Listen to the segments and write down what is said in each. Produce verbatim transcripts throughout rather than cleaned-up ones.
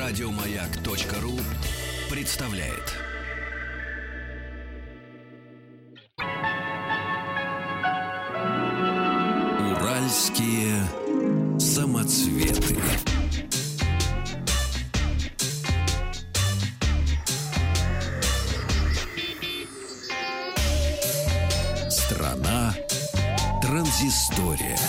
Радиомаяк.ру представляет. Уральские самоцветы. Страна транзистория.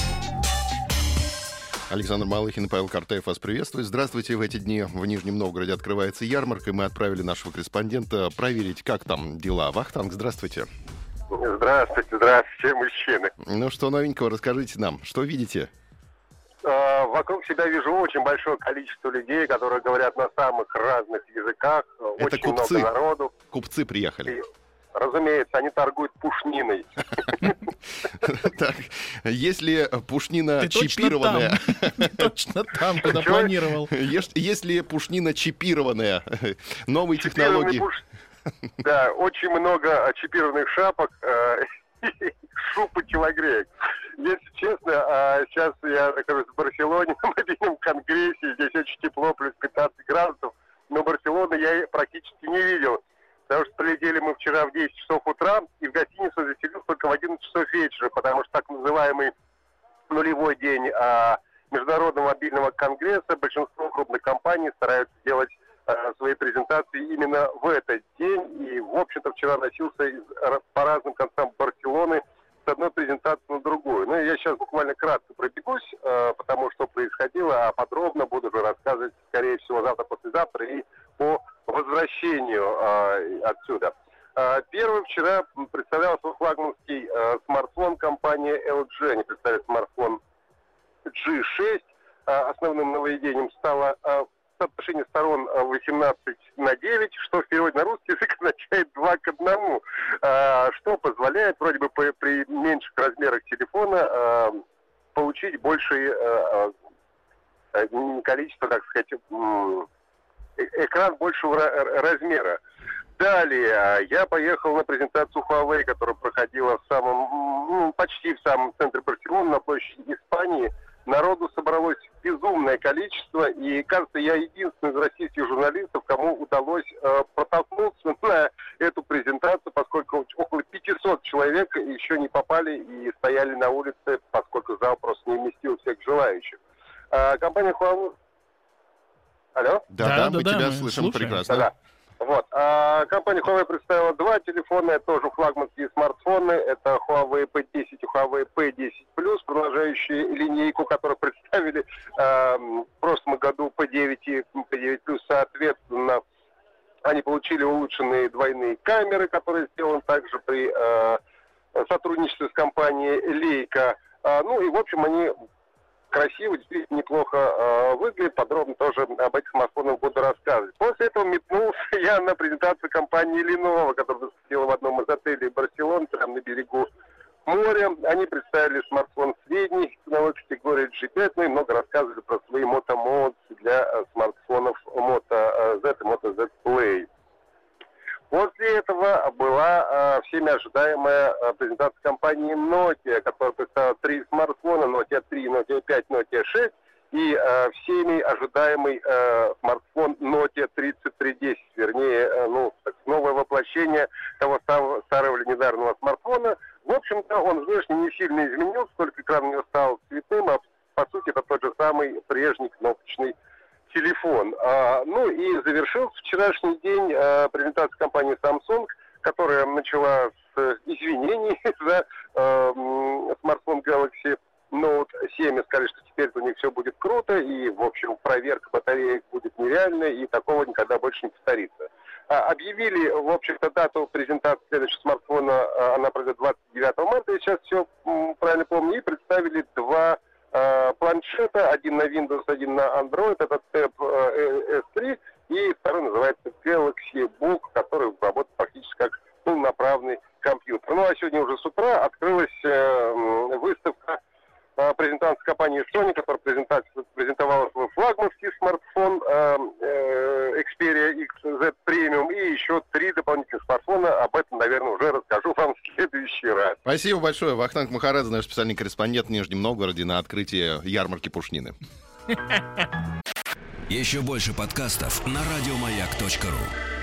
Александр Малыхин и Павел Картаев вас приветствуют. Здравствуйте. В эти дни в Нижнем Новгороде открывается ярмарка, и мы отправили нашего корреспондента проверить, как там дела. Вахтанг, здравствуйте. Здравствуйте, здравствуйте, мужчины. Ну что новенького, расскажите нам, что видите? А, вокруг себя вижу очень большое количество людей, которые говорят на самых разных языках. Это очень купцы. много народу. Купцы приехали. И, разумеется, они торгуют пушниной. Так, если пушнина чипированная... Точно там, куда планировал. Если пушнина чипированная, новые технологии... Да, очень много чипированных шапок, шуб и телогреек. Если честно, сейчас я нахожусь в Барселоне на мобильном конгрессе, здесь очень тепло, плюс пятнадцать градусов, но Барселону я практически не видел. Потому что прилетели мы вчера в десять часов утра, и в гостиницу заселился только в одиннадцать часов вечера, потому что так называемый нулевой день а, Международного мобильного конгресса большинство крупных компаний стараются делать а, свои презентации именно в этот день. И, в общем-то, вчера носился из, по разным концам Барселоны с одной презентации на другую. Ну, я сейчас буквально кратко пробегусь, а, потому что происходило, а подробно буду уже рассказывать, скорее всего, завтра-послезавтра и по возвращению э, отсюда. Э, первый вчера представлял свой флагманский э, смартфон компании эл джи. Они представили смартфон джи шесть. Э, основным нововведением стало э, соотношение сторон восемнадцать на девять, что в переводе на русский язык означает два к одному, э, что позволяет вроде бы при, при меньших размерах телефона э, получить большее э, э, количество, так сказать, э, экран большего размера. Далее я поехал на презентацию Huawei, которая проходила в самом, ну, почти в самом центре Барселоны, на площади Испании. Народу собралось безумное количество, и, кажется, я единственный из российских журналистов, кому удалось э, протолкнуться на эту презентацию, поскольку около пятьсот человек еще не попали и стояли на улице, поскольку зал просто не вместил всех желающих. Э, компания Huawei... Алло? Да, да, да, мы да, тебя мы слышим слушаем. Прекрасно. Да, да. Вот. А, компания Huawei представила два телефона, это тоже флагманские смартфоны. Это Huawei пи десять и Huawei пи десять плюс, продолжающие линейку, которую представили а, в прошлом году пи девять и пи девять плюс, соответственно. Они получили улучшенные двойные камеры, которые сделаны также при а, сотрудничестве с компанией Leica. А, ну и, в общем, они... красиво, действительно неплохо э, выглядит. Подробно тоже об этих смартфонах буду рассказывать. После этого метнулся я на презентацию компании Lenovo, которая выступила в одном из отелей Барселоны, прямо на берегу моря. Они представили смартфон средней ценовой категории джи пять, ну и много рассказывали про свои Moto Mods для э, смартфонов Moto Z и Moto Z Play. После этого была э, всеми ожидаемая э, презентация компании Nokia, которая представила три смартфона, Nokia три, Nokia пять, Nokia шесть, и э, всеми ожидаемый э, смартфон Nokia тридцать три десять, вернее, э, ну, так, новое воплощение того старого, старого легендарного смартфона. В общем-то, он внешне не сильно изменился, только экран у него стал цветным, а по сути это тот же самый прежний кнопочный телефон. А, ну и завершился вчерашний день а, презентация компании Samsung, которая начала с извинений за а, смартфон Galaxy Note семь. И сказали, что теперь у них все будет круто, и, в общем, проверка батареек будет нереальной, и такого никогда больше не повторится. А, объявили, в общем-то, дату презентации следующего смартфона, а, она пройдет двадцать девятого марта, и сейчас все м, правильно помню, и представили два планшета, один на Windows, один на Android, это Tab эс три, и второй называется Galaxy Book, который работает практически как полноправный компьютер. Ну а сегодня уже с утра открылась э, выставка э, презентации компании Sony, которая презентовала свой флагманский смартфон э, э, Xperia икс зет Premium и еще три дополнительных смартфона. Об этом, наверное, уже расскажу вам в следующий раз. Спасибо большое. Вахтанг Махарадзе, наш специальный корреспондент в Нижнем Новгороде на открытии ярмарки пушнины. Еще больше подкастов на радиомаяк точка ру.